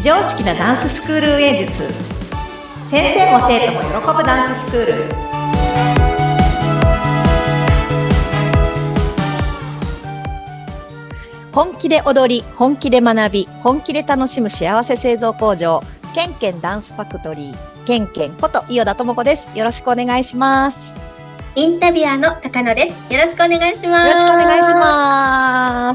常識なダンススクール運営術。先生も生徒も喜ぶダンススクール。本気で踊り、本気で学び、本気で楽しむ幸せ製造工場、ケンケンダンスファクトリー、ケンケンこと伊予田智子です。よろしくお願いします。 インタビュアーの高野です。よろしくお願いします。 よろしくお願いします。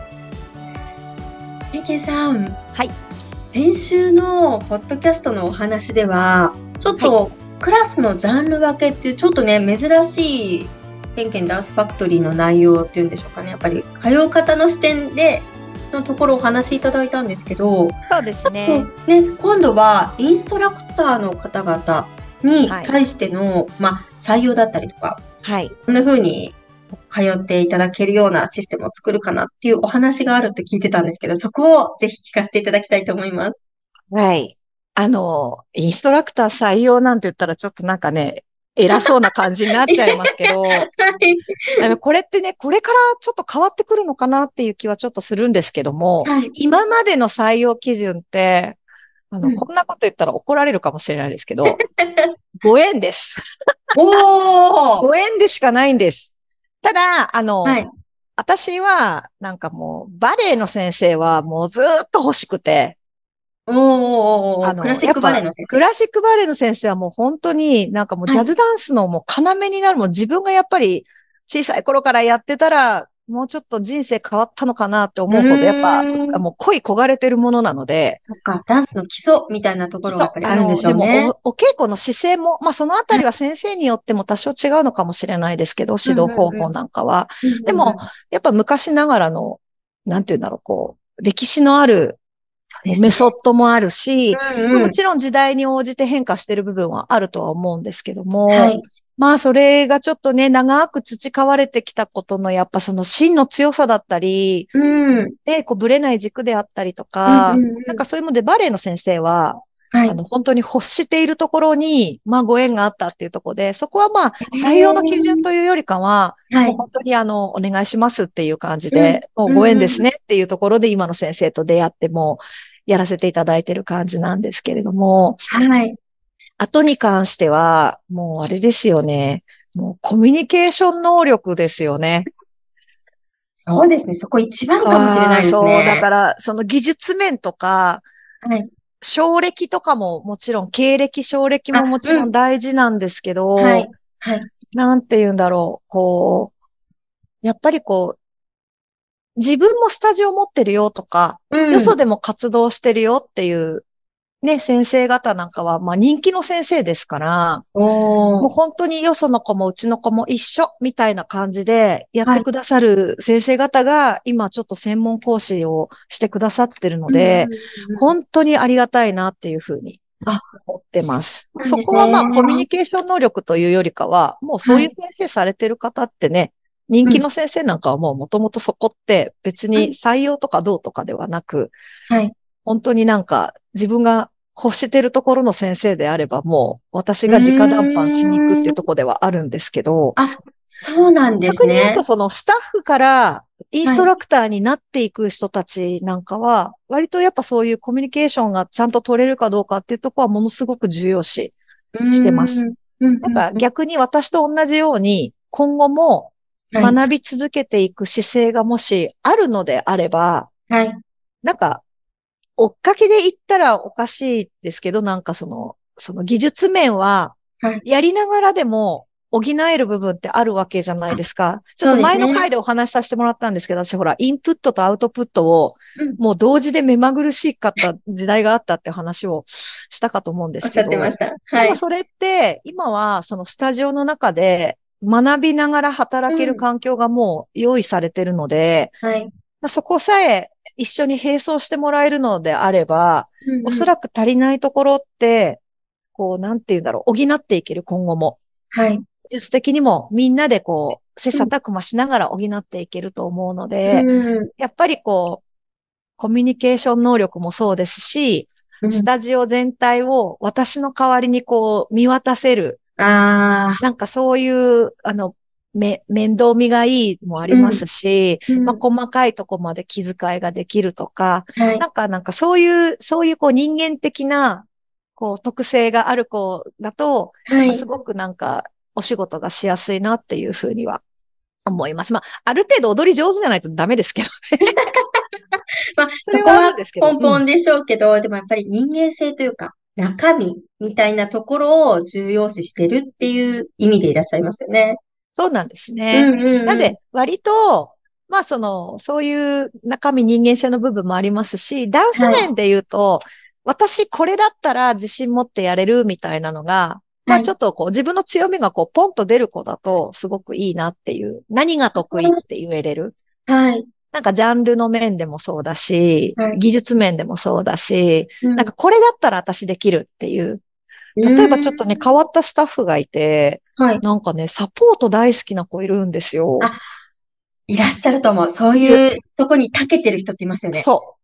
ケンケンさん。 はい。 先週のポッドキャストのお話では、ちょっとクラスのジャンル分けっていうちょっとね、珍しいケンケンダンスファクトリーの内容っていうんでしょうかね。やっぱり通う方の視点でのところをお話しいただいたんですけど、 そうですね。 今度はインストラクターの方々に対しての、採用だったりとか、こんな風に通っていただけるようなシステムを作るかなっていうお話があるって聞いてたんですけど、そこをぜひ聞かせていただきたいと思います。 はい。インストラクター採用なんて言ったらちょっとなんかね、偉そうな感じになっちゃいますけど、はい、これってね、これからちょっと変わってくるのかなっていう気はちょっとするんですけども、はい、今までの採用基準って、こんなこと言ったら怒られるかもしれないですけど、ご縁です。ご縁でしかないんです。ただ、私は、なんかもう、バレエの先生はもうずっと欲しくて、 クラシックバレエの先生。 クラシックバレエの先生はもう本当になんかもうジャズダンスのもう要になる、もう自分がやっぱり小さい頃からやってたら、もうちょっと人生変わったのかなって思うほど、やっぱもう恋焦がれてるものなので。 そっか、ダンスの基礎みたいなところがやっぱりあるんでしょうね。 でもお稽古の姿勢も、そのあたりは先生によっても多少違うのかもしれないですけど、指導方法なんかは。でも、やっぱ昔ながらの、なんていうんだろう、歴史のある、メソッドもあるし、もちろん時代に応じて変化している部分はあるとは思うんですけども、それがちょっとね、長く培われてきたことの、やっぱその芯の強さだったり、で、ぶれない軸であったりとか、なんかそういうので、バレエの先生は、本当に欲しているところに、ご縁があったっていうところで、そこは採用の基準というよりかは、もう本当にお願いしますっていう感じで、もうご縁ですねっていうところで、今の先生と出会っても、やらせていただいている感じなんですけれども、後に関しては、もうあれですよね。もうコミュニケーション能力ですよね。 そうですね。そこ一番かもしれないですね。 そう、だから、その技術面とか、奨歴とかももちろん、経歴、奨歴ももちろん大事なんですけど、なんて言うんだろう、やっぱり自分もスタジオ持ってるよとか、よそでも活動してるよっていうね、先生方なんかは、人気の先生ですから、もう本当によその子もうちの子も一緒みたいな感じでやってくださる先生方が、今ちょっと専門講師をしてくださってるので、本当にありがたいなっていうふうに思ってます。そこはコミュニケーション能力というよりかは、もうそういう先生されてる方ってね、人気の先生なんかはもう元々そこって別に採用とかどうとかではなく、本当になんか自分が欲してるところの先生であればもう私が直談判しに行くっていうところではあるんですけど。 そうなんですね。 逆に言うとそのスタッフからインストラクターになっていく人たちなんかは、割とやっぱそういうコミュニケーションがちゃんと取れるかどうかっていうところはものすごく重要視してます。なんか逆に私と同じように今後も学び続けていく姿勢がもしあるのであれば、なんか追っかけで言ったらおかしいですけど、なんかその技術面は、やりながらでも補える部分ってあるわけじゃないですか。ちょっと前の回でお話しさせてもらったんですけど、私ほら、インプットとアウトプットを、もう同時で目まぐるしかった時代があったって話をしたかと思うんですけど。 おっしゃってました。 でもそれって、今はそのスタジオの中で学びながら働ける環境がもう用意されてるので、そこさえ一緒に並走してもらえるのであれば、おそらく足りないところって、なんて言うんだろう、補っていける今後も。技術的にもみんなで切磋琢磨しながら補っていけると思うので、やっぱりコミュニケーション能力もそうですし、スタジオ全体を私の代わりに見渡せる。なんかそういう、 面倒見がいいもありますし、まあ、 うん。 細かいとこまで気遣いができるとか、 はい。 なんかそういうこう人間的な、こう特性がある子だと、やっはい。 ぱすごくなんかお仕事がしやすいなっていうふうには思います。まあ、ある程度踊り上手じゃないとダメですけどね。 まあ、 それはあるんそこはですけど。 根うん。 本でしょうけど、でもやっぱり人間性というか、中身みたいなところを重要視してるっていう意味でいらっしゃいますよね。 そうなんですね。 うんうんうん。 なんで、割と、まあそういう中身人間性の部分もありますし、ダンスはい。 面で言うと、私これだったら自信持ってやれるみたいなのが、まはい。 あちょっとこう自分の強みがこうポンと出る子だとすごくいいなっていう、何が得意って言えれる。 はい。 なんかジャンルの面でもそうだし、 はい。 技術面でもそうだし、 うん。 なんかこれだったら私できるっていう。 う例えばーちょっとね、変ん。 わったスタッフがいて、 はい。 なんかね、サポート大好きな子いるんですよ。 あ、いらっしゃると思う。そういる。 いうとこに長けてる人っていますよね。 そう。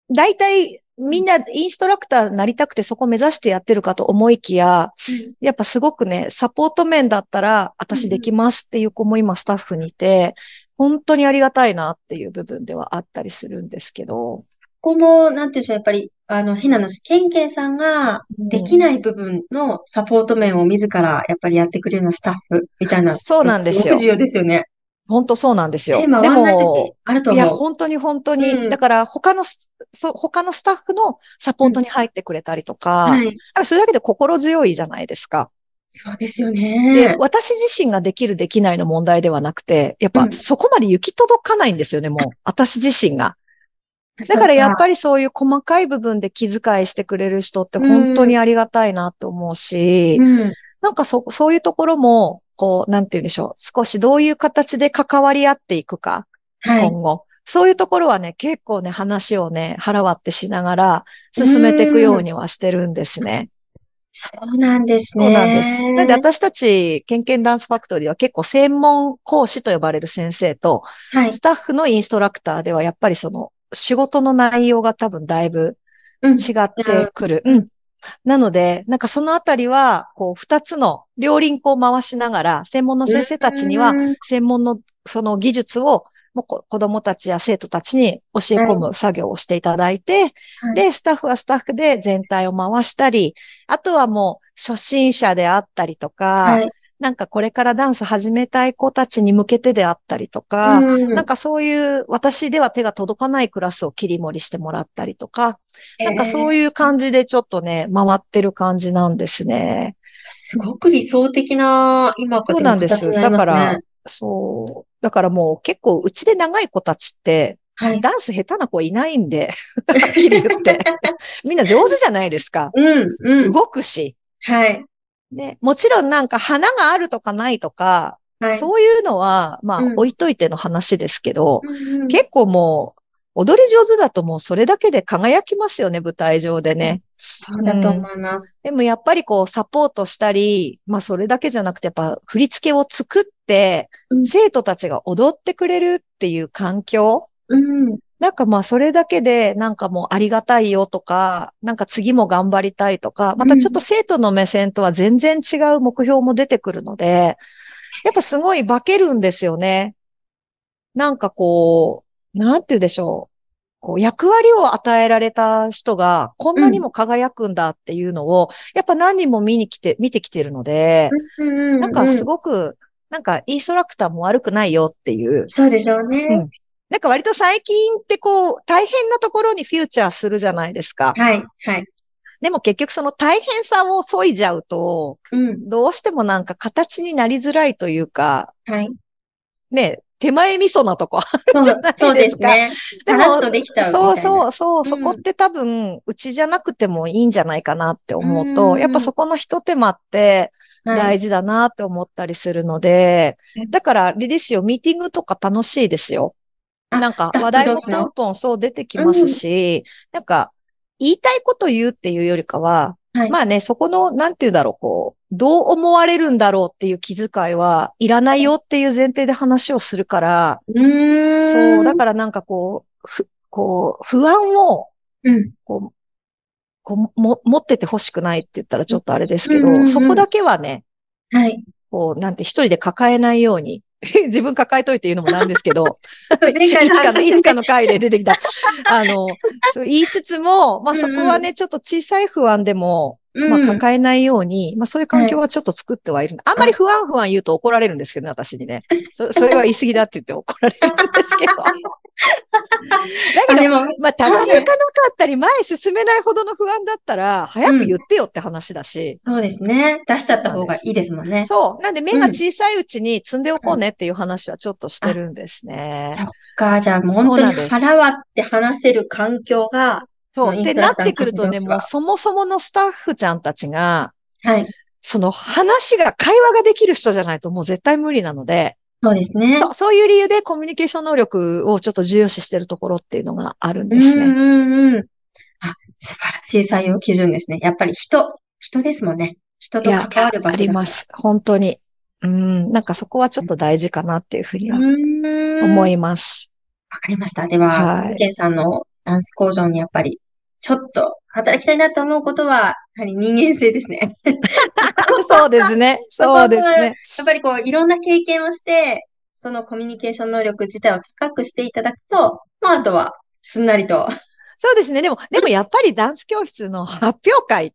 大体みんなインストラクターになりたくてそこ目指してやってるかと思いきや、 うん。 やっぱすごくね、サポート面だったらうんうん。 私できますっていう子も今スタッフにいて、本当にありがたいなっていう部分ではあったりするんですけど。 ここも、なんていうんでしょう、やっぱり、変な話、ケンケンさんがうできん、 ない部分のサポート面を自らやっぱりやってくれるようなスタッフみたいなそうなんのすごく重ですよ。 要ですよね。 本当そうなんです手よ。で回んないときも、 あるといや、 思本当に本当う。 に、 うん。 だから他のスタッフのサポうん。 ートに入ってくれたりとか、 はい。 やっぱりそれだけで心強いじゃないですか。 そうですよで、 ね。 私自身ができるできないの問題ではなくて、やっうん。 ぱそこまで行き届かないんですよね、もう。私自身が。だからやっぱそっか。 りそういう細かい部分で気遣いしてくれる人ってう本当にん。 ありがたいなと思うし、 うん。 なんかそういうところも、こう、なんて言うんでしょう。少しどういう形で関わり合っていくか、 はい。 今後。そういうところはね、結構ね、話をね、腹割ってしながらう進めていくようん。 にはしてるんですね。 そうなんですそうなんです。なんでね。 私たち、ケンケンダンスファクトリーは結構専門講師と呼ばれる先生と、 はい。 スタッフのインストラクターではやっぱりその仕事の内容が多分だいぶうん。 違ってくる。 うん。 なので、なんかそのあたりは、こう、二つの両輪を回しながら、専門のう先生たちには、 ん。 専門のその技術を、もう子供たちや生徒たちに教え込はい。 む作業をしていただいて、 はい。 で、スタッフはスタッフで全体を回したり、あとはもう初心者であったりとか、 はい。 なんかこれからダンス始めたい子たちに向けてであったりとうか、なんん。 かそういう私では手が届かないクラスを切り盛りしてもらったりとか、なんかそういうええ、 感じでちょっとね、回ってる感じなんですね。 すごく理想的な、今そうでもなんです。 形になりだますね。 から、そう。だからもう結構うちで長い子たちって、 はい。 ダンス下手な子いないんで、はっきり言って。みんな上手じゃないですか。 うん、うん。 動くし。 はい。 ね。もちろんなんか花があるとかないとか、 はい。 そういうのは、まあうん。 置いといての話ですけど、 うん、うん。 結構もう、踊り上手だともうそれだけで輝きますよね、舞台上でね。 そうだとうん。 思います。 でもやっぱりこうサポートしたり、まあそれだけじゃなくてやっぱ振り付けを作って、 うん、 生徒たちが踊ってくれるっていう環境。 うん。 なんかまあそれだけでなんかもうありがたいよとか、なんか次も頑張りたいとか、またちょっとうん。 生徒の目線とは全然違う目標も出てくるので、やっぱすごい化けるんですよね。なんかこう、なんて言うでしょう。こう役割を与えられた人がこんうん。 なにも輝くんだっていうのを、やっぱ何人も見てきてるので、 うん。 なんかすうん。 ごく、なんかインストラクターも悪くないよっていう。 そうでしょうね。 うん。なんか割と最近ってこう、大変なところにフューチャーするじゃないですか。 はい。はい。 でも結局その大変さを削いじゃうと、 うん。 どうしてもなんか形になりづらいというか、 はい。 ね、手前味噌なとこあるじゃなそういですか。 ですね。さらっでも、 とできちゃうみたいな。 そこうん。 って多分、うちじゃなくてもいいんじゃないかなってう思うと、やっぱーん。 そこの一手間ってはい。 大事だなって思ったりするので、だから、あれですよ、ミーティングとか楽しいですよ。 あ、 なんかスタッ話題もフ同士の。 ポンポンそう出てきますうん。 し、なんか言いたいこと言うっていうよりかは、 はい。 まあね、そこの、なんて言うんだろう、こう、どう思われるんだろうっていう気遣いはいらないよっていう前提で話をするから、 うそう、だーん。 からなんかこう、不安を、 うん。 こう、持ってて欲しくないって言ったらちょっとあれですうんけど、 うんうん。 そこだけはね、 はい。 こう、なんて一人で抱えないように。 自分抱えといて言うのもなんですけど、 前回の話いつかの回で出てきた。そう言いつつも、まあそこはね、ちょっと小さい不安でも、まあ抱えないように、まあそういう環境はちょっと作ってはいる。あんまり不安言うと怒られるんですけどね、私にね。それは言い過ぎだって言って怒られるんですけど。だけど、まあ立ち行かなかったり前進めないほどの不安だったら、早く言ってよって話だし。 そうですね。出しちゃった方がいいですもんね。 そう。なんで目が小さいうちに積んでおこうねっていう話はちょっとしてるんですね。 そっか。じゃあもう本当に腹割って話せる環境が、 そう。で、なってくるとね、もうそもそものスタッフちゃんたちが、 はい。 その会話ができる人じゃないともう絶対無理なので、 そうですね。 そういう理由でコミュニケーション能力をちょっと重要視してるところっていうのがあるんですね。 素晴らしい採用基準ですね。やっぱり人ですもんね。人と関わる場所だから。 あります。本当に。なんかそこはちょっと大事かなっていうふうには思います。 わかりました。では、ケンさんのダンス工場にやっぱり、ちょっと働きたいなと思うことは、やはり人間性ですね。 そうですね。そうですね。 やっぱりこう、いろんな経験をして、そのコミュニケーション能力自体を高くしていただくと、まあ、あとは、すんなりと。 そうですね。でもやっぱりダンス教室の発表会って、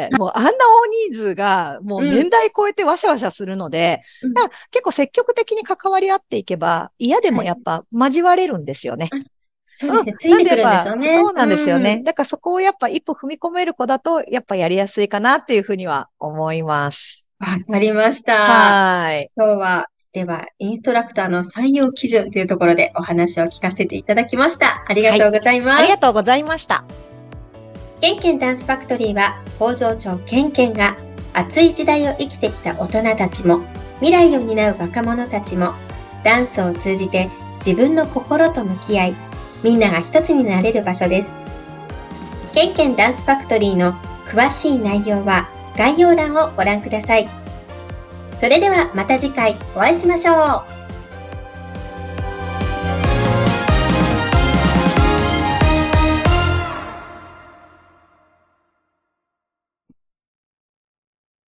もうあんな大人数が、もう年代超えてワシャワシャするので、結構積極的に関わり合っていけば、嫌でもやっぱ交われるんですよね。 そうですね。ついてくるんでしょうね。 そうなんですよね。だからそこをやっぱ一歩踏み込める子だと、やっぱやりやすいかなっていうふうには思います。 わかりました。 はい。 今日は、では、インストラクターの採用基準というところでお話を聞かせていただきました。ありがとうございます。 ありがとうございました。 ケンケンダンスファクトリーは、工場長ケンケンが、熱い時代を生きてきた大人たちも、未来を担う若者たちも、ダンスを通じて自分の心と向き合い、みんなが一つになれる場所です。ケンケンダンスファクトリーの詳しい内容は概要欄をご覧ください。それではまた次回お会いしましょう。